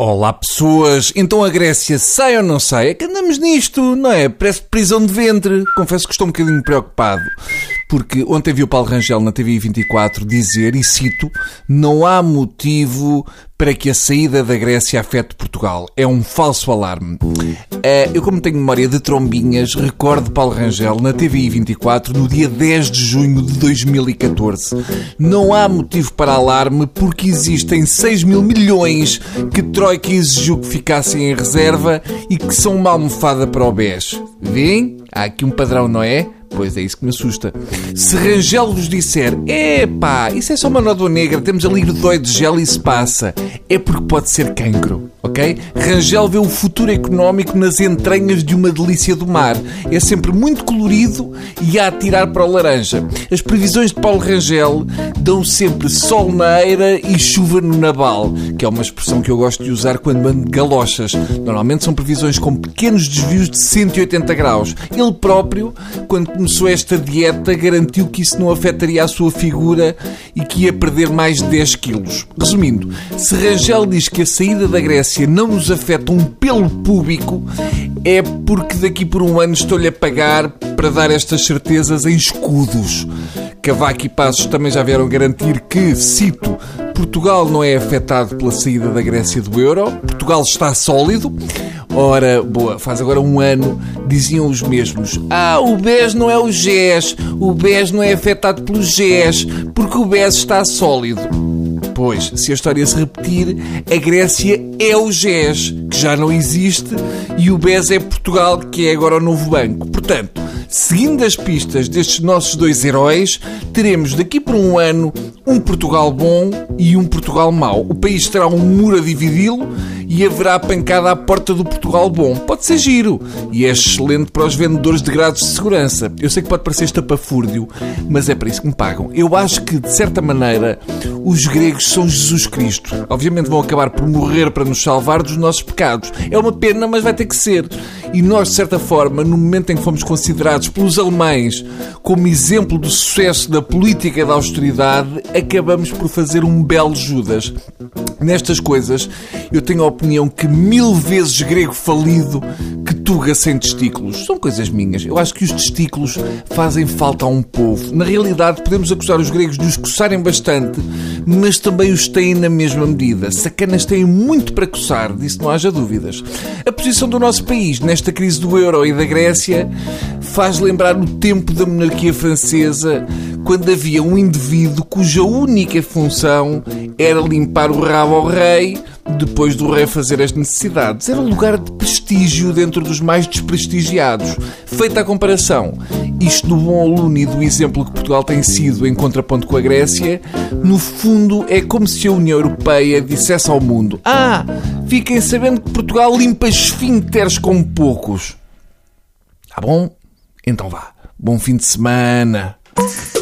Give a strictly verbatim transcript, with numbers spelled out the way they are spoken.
Olá pessoas, então a Grécia sai ou não sai? É que andamos nisto, não é? Parece prisão de ventre. Confesso que estou um bocadinho preocupado, porque ontem vi o Paulo Rangel na T V I vinte e quatro dizer, e cito, não há motivo para que a saída da Grécia afete Portugal. É um falso alarme. Eu, como tenho memória de trombinhas, recordo Paulo Rangel na T V I vinte e quatro no dia dez de junho de dois mil e catorze. Não há motivo para alarme porque existem seis mil milhões que Troika exigiu que ficassem em reserva e que são uma almofada para o B E S. Vêem? Há aqui um padrão, não é? Pois é isso que me assusta. Se Rangel vos disser, epá, isso é só uma nódoa negra, temos ali gredói de gel e se passa, é porque pode ser cancro, ok? Rangel vê o futuro económico nas entranhas de uma delícia do mar. É sempre muito colorido e a atirar para o laranja. As previsões de Paulo Rangel dão sempre sol na eira e chuva no naval, que é uma expressão que eu gosto de usar quando ando de galochas. Normalmente são previsões com pequenos desvios de cento e oitenta graus. Ele próprio, quando começou esta dieta, garantiu que isso não afetaria a sua figura e que ia perder mais de dez quilos. Resumindo, se Rangel diz que a saída da Grécia não nos afeta um pelo público, é porque daqui por um ano estou-lhe a pagar para dar estas certezas em escudos. Cavaco e Passos também já vieram garantir que, cito, Portugal não é afetado pela saída da Grécia do euro, Portugal está sólido. Ora, boa, faz agora um ano, diziam os mesmos. Ah, o B E S não é o G E S, o B E S não é afetado pelo G E S, porque o B E S está sólido. Pois, se a história se repetir, a Grécia é o G E S, que já não existe, e o B E S é Portugal, que é agora o novo banco. Portanto, seguindo as pistas destes nossos dois heróis, teremos daqui por um ano um Portugal bom e um Portugal mau. O país terá um muro a dividi-lo e haverá pancada à porta do Portugal bom. Pode ser giro e é excelente para os vendedores de grados de segurança. Eu sei que pode parecer estapafúrdio, mas é para isso que me pagam. Eu acho que, de certa maneira, os gregos são Jesus Cristo. Obviamente vão acabar por morrer para nos salvar dos nossos pecados. É uma pena, mas vai ter que ser. E nós, de certa forma, no momento em que fomos considerados pelos alemães como exemplo do sucesso da política da austeridade, acabamos por fazer um belo Judas. Nestas coisas, eu tenho a opinião que mil vezes grego falido que tuga sem testículos. São coisas minhas. Eu acho que os testículos fazem falta a um povo. Na realidade, podemos acusar os gregos de os coçarem bastante, mas também os têm na mesma medida. Sacanas têm muito para coçar, disso não haja dúvidas. A posição do nosso país nesta crise do euro e da Grécia faz lembrar o tempo da monarquia francesa, quando havia um indivíduo cuja única função era limpar o rabo ao rei, depois do rei fazer as necessidades. Era um lugar de prestígio dentro dos mais desprestigiados. Feita a comparação, isto do bom aluno e do exemplo que Portugal tem sido em contraponto com a Grécia, no fundo é como se a União Europeia dissesse ao mundo: ah, fiquem sabendo que Portugal limpa esfíncteres como poucos. Tá bom? Então vá. Bom fim de semana.